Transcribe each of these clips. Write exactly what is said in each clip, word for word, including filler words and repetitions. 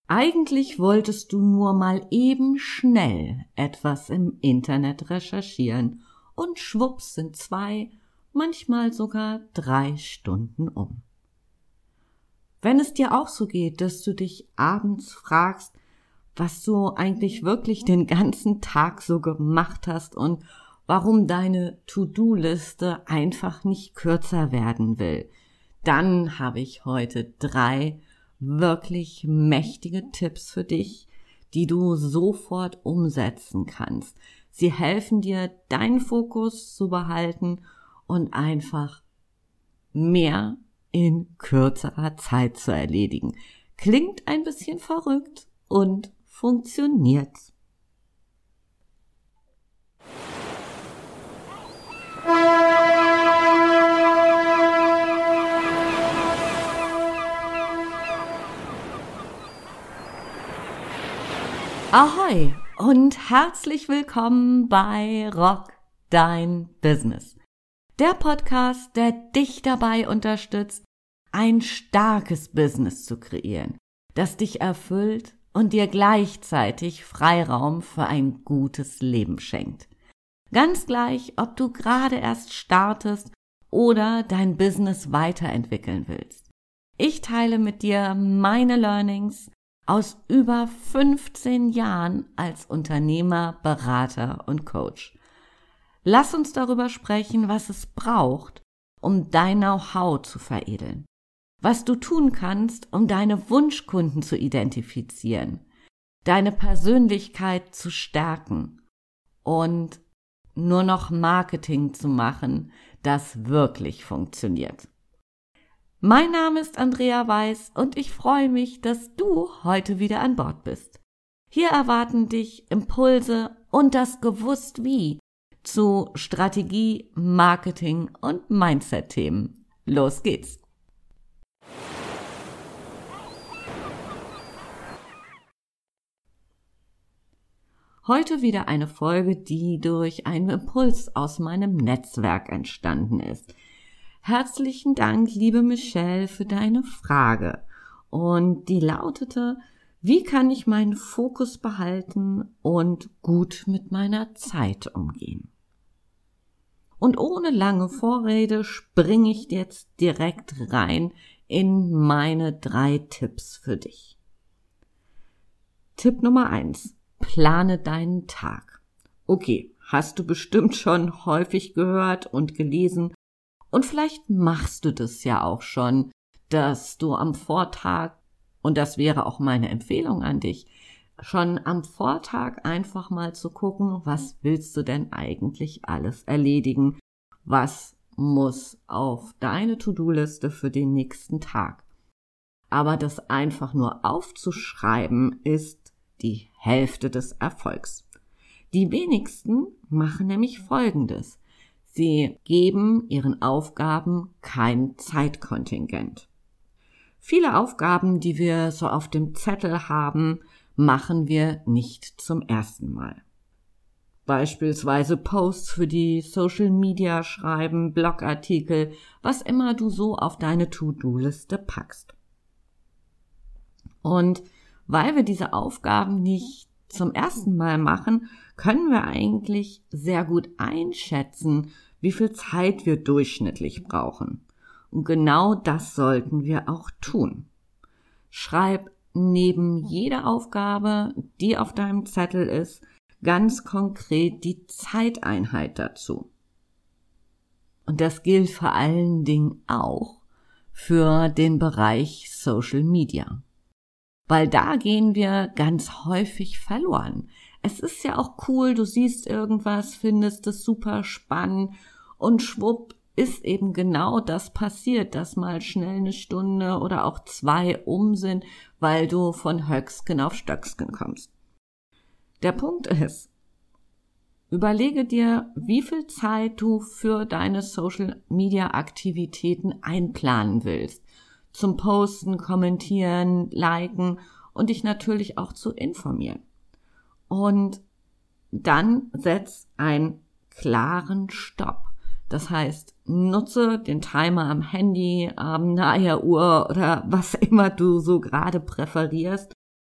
Eigentlich wolltest du nur mal eben schnell etwas im Internet recherchieren und schwupps sind zwei, manchmal sogar drei Stunden um. Wenn es dir auch so geht, dass du dich abends fragst, was du eigentlich wirklich den ganzen Tag so gemacht hast und warum deine To-Do-Liste einfach nicht kürzer werden will, dann habe ich heute drei wirklich mächtige Tipps für dich, die du sofort umsetzen kannst. Sie helfen dir, deinen Fokus zu behalten und einfach mehr in kürzerer Zeit zu erledigen. Klingt ein bisschen verrückt und funktioniert. Ahoi und herzlich willkommen bei Rock Dein Business. Der Podcast, der dich dabei unterstützt, ein starkes Business zu kreieren, das dich erfüllt und dir gleichzeitig Freiraum für ein gutes Leben schenkt. Ganz gleich, ob du gerade erst startest oder dein Business weiterentwickeln willst. Ich teile mit dir meine Learnings aus über fünfzehn Jahren als Unternehmer, Berater und Coach. Lass uns darüber sprechen, was es braucht, um dein Know-how zu veredeln. Was du tun kannst, um deine Wunschkunden zu identifizieren, deine Persönlichkeit zu stärken und nur noch Marketing zu machen, das wirklich funktioniert. Mein Name ist Andrea Weiß und ich freue mich, dass du heute wieder an Bord bist. Hier erwarten dich Impulse und das Gewusst-Wie zu Strategie, Marketing und Mindset-Themen. Los geht's! Heute wieder eine Folge, die durch einen Impuls aus meinem Netzwerk entstanden ist. Herzlichen Dank, liebe Michelle, für deine Frage. Und die lautete, wie kann ich meinen Fokus behalten und gut mit meiner Zeit umgehen? Und ohne lange Vorrede springe ich jetzt direkt rein in meine drei Tipps für dich. Tipp Nummer eins. Plane deinen Tag. Okay, hast du bestimmt schon häufig gehört und gelesen und vielleicht machst du das ja auch schon, dass du am Vortag, und das wäre auch meine Empfehlung an dich, schon am Vortag einfach mal zu gucken, was willst du denn eigentlich alles erledigen? Was muss auf deine To-Do-Liste für den nächsten Tag? Aber das einfach nur aufzuschreiben ist die Hälfte des Erfolgs. Die wenigsten machen nämlich Folgendes. Sie geben ihren Aufgaben kein Zeitkontingent. Viele Aufgaben, die wir so auf dem Zettel haben, machen wir nicht zum ersten Mal. Beispielsweise Posts für die Social Media schreiben, Blogartikel, was immer du so auf deine To-Do-Liste packst. Und weil wir diese Aufgaben nicht zum ersten Mal machen, können wir eigentlich sehr gut einschätzen, wie viel Zeit wir durchschnittlich brauchen. Und genau das sollten wir auch tun. Schreib neben jeder Aufgabe, die auf deinem Zettel ist, ganz konkret die Zeiteinheit dazu. Und das gilt vor allen Dingen auch für den Bereich Social Media. Weil da gehen wir ganz häufig verloren. Es ist ja auch cool, du siehst irgendwas, findest es super spannend und schwupp ist eben genau das passiert, dass mal schnell eine Stunde oder auch zwei um sind, weil du von Höcksken auf Stöcksken kommst. Der Punkt ist, überlege dir, wie viel Zeit du für deine Social-Media-Aktivitäten einplanen willst. Zum Posten, Kommentieren, Liken und dich natürlich auch zu informieren. Und dann setz einen klaren Stopp. Das heißt, nutze den Timer am Handy, am Naheruhr oder was immer du so gerade präferierst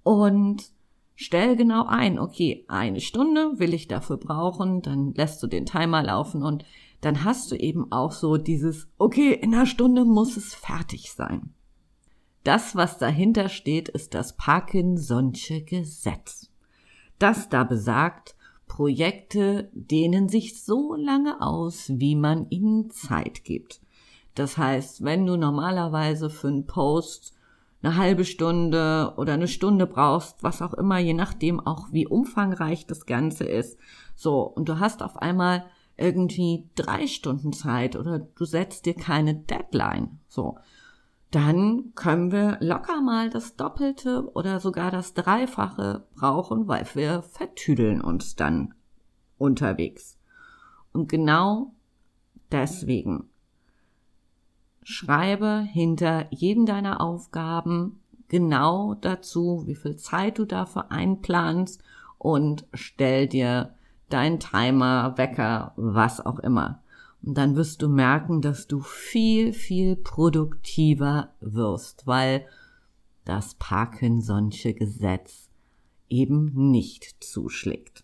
und stell genau ein, okay, eine Stunde will ich dafür brauchen, dann lässt du den Timer laufen und dann hast du eben auch so dieses, okay, in einer Stunde muss es fertig sein. Das, was dahinter steht, ist das Parkinson'sche Gesetz. Das da besagt, Projekte dehnen sich so lange aus, wie man ihnen Zeit gibt. Das heißt, wenn du normalerweise für einen Post eine halbe Stunde oder eine Stunde brauchst, was auch immer, je nachdem auch wie umfangreich das Ganze ist, so, und du hast auf einmal irgendwie drei Stunden Zeit oder du setzt dir keine Deadline, so, dann können wir locker mal das Doppelte oder sogar das Dreifache brauchen, weil wir vertüdeln uns dann unterwegs. Und genau deswegen schreibe hinter jedem deiner Aufgaben genau dazu, wie viel Zeit du dafür einplanst und stell dir deinen Timer, Wecker, was auch immer. Und dann wirst du merken, dass du viel, viel produktiver wirst, weil das Parkinson'sche Gesetz eben nicht zuschlägt.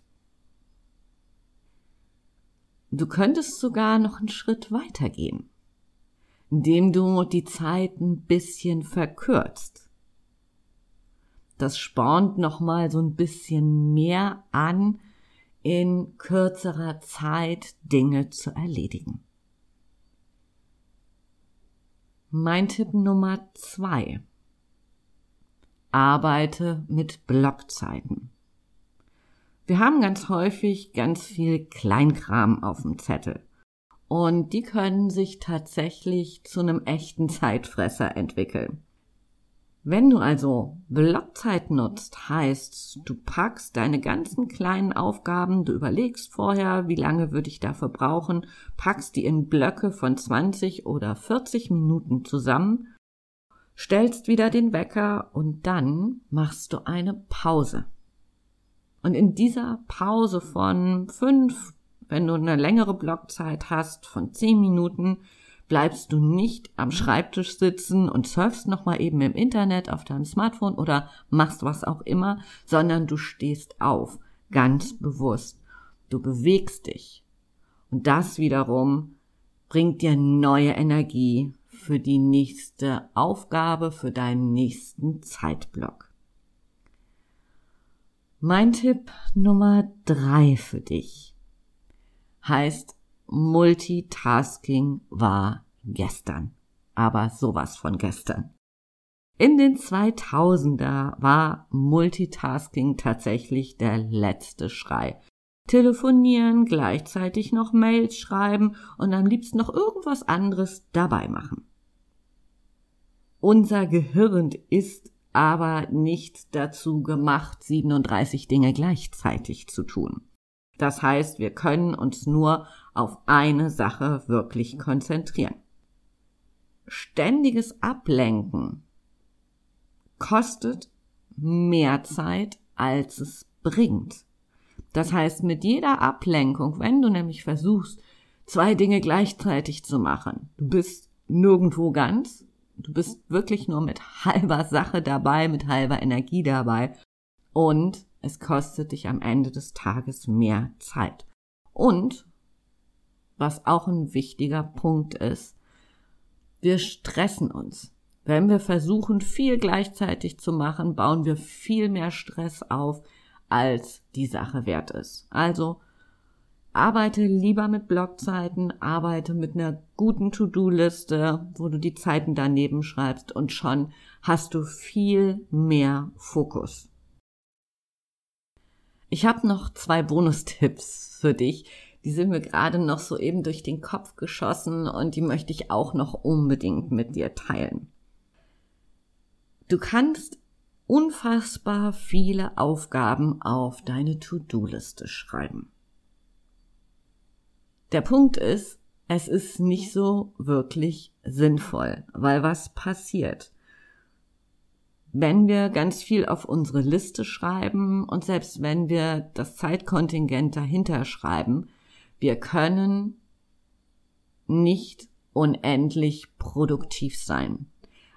Du könntest sogar noch einen Schritt weiter gehen, indem du die Zeit ein bisschen verkürzt. Das spornt nochmal so ein bisschen mehr an, in kürzerer Zeit Dinge zu erledigen. Mein Tipp Nummer zwei. Arbeite mit Blockzeiten. Wir haben ganz häufig ganz viel Kleinkram auf dem Zettel. Und die können sich tatsächlich zu einem echten Zeitfresser entwickeln. Wenn du also Blockzeit nutzt, heißt, du packst deine ganzen kleinen Aufgaben, du überlegst vorher, wie lange würde ich dafür brauchen, packst die in Blöcke von zwanzig oder vierzig Minuten zusammen, stellst wieder den Wecker und dann machst du eine Pause. Und in dieser Pause von fünf, wenn du eine längere Blockzeit hast, von zehn Minuten, bleibst du nicht am Schreibtisch sitzen und surfst nochmal eben im Internet auf deinem Smartphone oder machst was auch immer, sondern du stehst auf, ganz bewusst. Du bewegst dich. Und das wiederum bringt dir neue Energie für die nächste Aufgabe, für deinen nächsten Zeitblock. Mein Tipp Nummer drei für dich heißt, Multitasking war gestern, aber sowas von gestern. In den zweitausender war Multitasking tatsächlich der letzte Schrei. Telefonieren, gleichzeitig noch Mails schreiben und am liebsten noch irgendwas anderes dabei machen. Unser Gehirn ist aber nicht dazu gemacht, siebenunddreißig Dinge gleichzeitig zu tun. Das heißt, wir können uns nur auf eine Sache wirklich konzentrieren. Ständiges Ablenken kostet mehr Zeit, als es bringt. Das heißt, mit jeder Ablenkung, wenn du nämlich versuchst, zwei Dinge gleichzeitig zu machen, du bist nirgendwo ganz, du bist wirklich nur mit halber Sache dabei, mit halber Energie dabei und es kostet dich am Ende des Tages mehr Zeit. Und, was auch ein wichtiger Punkt ist, wir stressen uns. Wenn wir versuchen, viel gleichzeitig zu machen, bauen wir viel mehr Stress auf, als die Sache wert ist. Also, arbeite lieber mit Blockzeiten, arbeite mit einer guten To-Do-Liste, wo du die Zeiten daneben schreibst und schon hast du viel mehr Fokus. Ich habe noch zwei Bonustipps für dich. Die sind mir gerade noch so eben durch den Kopf geschossen und die möchte ich auch noch unbedingt mit dir teilen. Du kannst unfassbar viele Aufgaben auf deine To-Do-Liste schreiben. Der Punkt ist, es ist nicht so wirklich sinnvoll, weil was passiert? Wenn wir ganz viel auf unsere Liste schreiben und selbst wenn wir das Zeitkontingent dahinter schreiben, wir können nicht unendlich produktiv sein.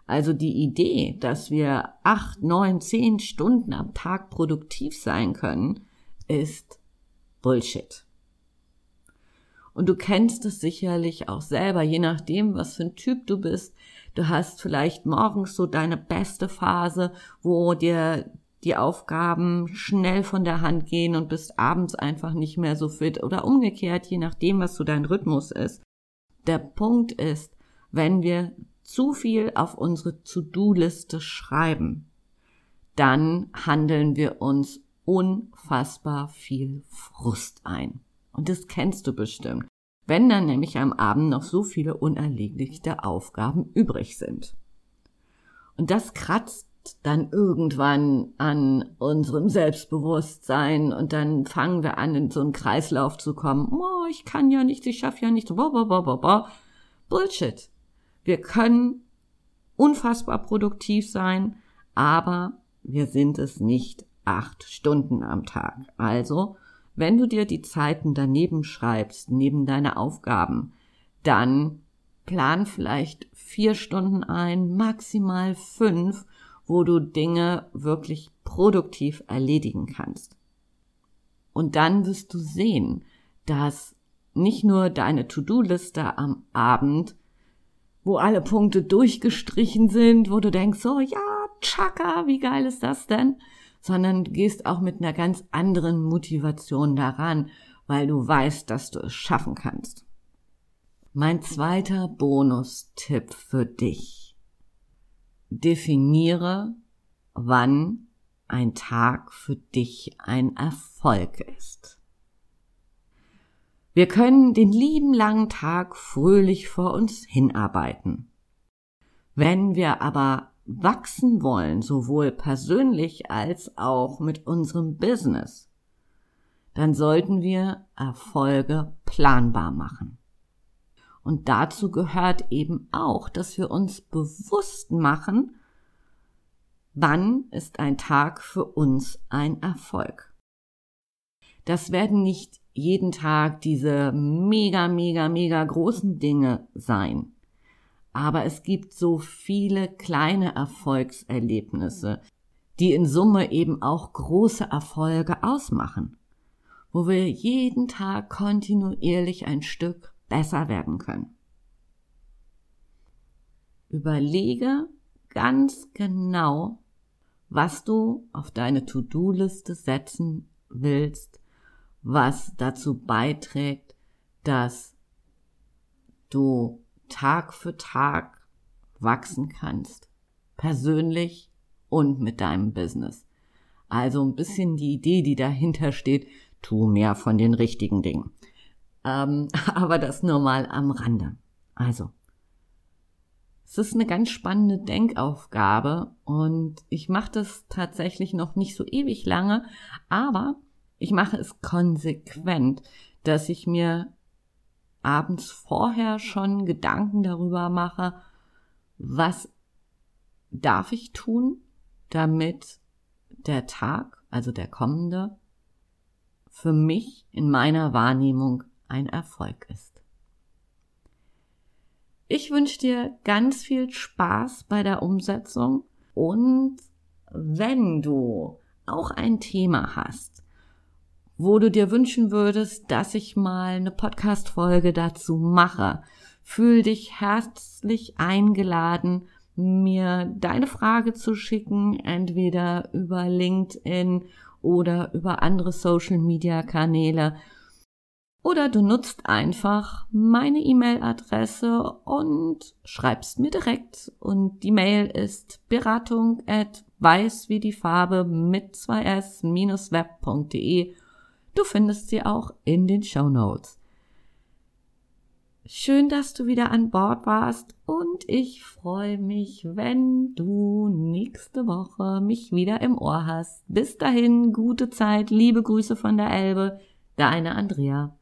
Also die Idee, dass wir acht, neun, zehn Stunden am Tag produktiv sein können, ist Bullshit. Und du kennst es sicherlich auch selber, je nachdem, was für ein Typ du bist. Du hast vielleicht morgens so deine beste Phase, wo dir die Aufgaben schnell von der Hand gehen und bist abends einfach nicht mehr so fit oder umgekehrt, je nachdem, was so dein Rhythmus ist. Der Punkt ist, wenn wir zu viel auf unsere To-Do-Liste schreiben, dann handeln wir uns unfassbar viel Frust ein. Und das kennst du bestimmt, wenn dann nämlich am Abend noch so viele unerledigte Aufgaben übrig sind. Und das kratzt dann irgendwann an unserem Selbstbewusstsein und dann fangen wir an, in so einen Kreislauf zu kommen. Oh, ich kann ja nicht, ich schaffe ja nicht. Bullshit. Wir können unfassbar produktiv sein, aber wir sind es nicht acht Stunden am Tag. Also, wenn du dir die Zeiten daneben schreibst, neben deine Aufgaben, dann plan vielleicht vier Stunden ein, maximal fünf, wo du Dinge wirklich produktiv erledigen kannst. Und dann wirst du sehen, dass nicht nur deine To-Do-Liste am Abend, wo alle Punkte durchgestrichen sind, wo du denkst, so, ja, tschakka, wie geil ist das denn? Sondern du gehst auch mit einer ganz anderen Motivation daran, weil du weißt, dass du es schaffen kannst. Mein zweiter Bonustipp für dich. Definiere, wann ein Tag für dich ein Erfolg ist. Wir können den lieben langen Tag fröhlich vor uns hinarbeiten. Wenn wir aber wachsen wollen, sowohl persönlich als auch mit unserem Business, dann sollten wir Erfolge planbar machen. Und dazu gehört eben auch, dass wir uns bewusst machen, wann ist ein Tag für uns ein Erfolg. Das werden nicht jeden Tag diese mega, mega, mega großen Dinge sein. Aber es gibt so viele kleine Erfolgserlebnisse, die in Summe eben auch große Erfolge ausmachen, wo wir jeden Tag kontinuierlich ein Stück besser werden können. Überlege ganz genau, was du auf deine To-Do-Liste setzen willst, was dazu beiträgt, dass du Tag für Tag wachsen kannst, persönlich und mit deinem Business. Also ein bisschen die Idee, die dahinter steht, tu mehr von den richtigen Dingen. Ähm, aber das nur mal am Rande. Also, es ist eine ganz spannende Denkaufgabe und ich mache das tatsächlich noch nicht so ewig lange, aber ich mache es konsequent, dass ich mir abends vorher schon Gedanken darüber mache, was darf ich tun, damit der Tag, also der kommende, für mich in meiner Wahrnehmung ein Erfolg ist. Ich wünsche dir ganz viel Spaß bei der Umsetzung und wenn du auch ein Thema hast, wo du dir wünschen würdest, dass ich mal eine Podcast-Folge dazu mache, fühl dich herzlich eingeladen, mir deine Frage zu schicken, entweder über LinkedIn oder über andere Social-Media-Kanäle. Oder du nutzt einfach meine E-Mail-Adresse und schreibst mir direkt. Und die Mail ist beratung at weiß wie die Farbe mit zwei s minus web punkt de. Du findest sie auch in den Shownotes. Schön, dass du wieder an Bord warst und ich freue mich, wenn du nächste Woche mich wieder im Ohr hast. Bis dahin, gute Zeit, liebe Grüße von der Elbe, deine Andrea.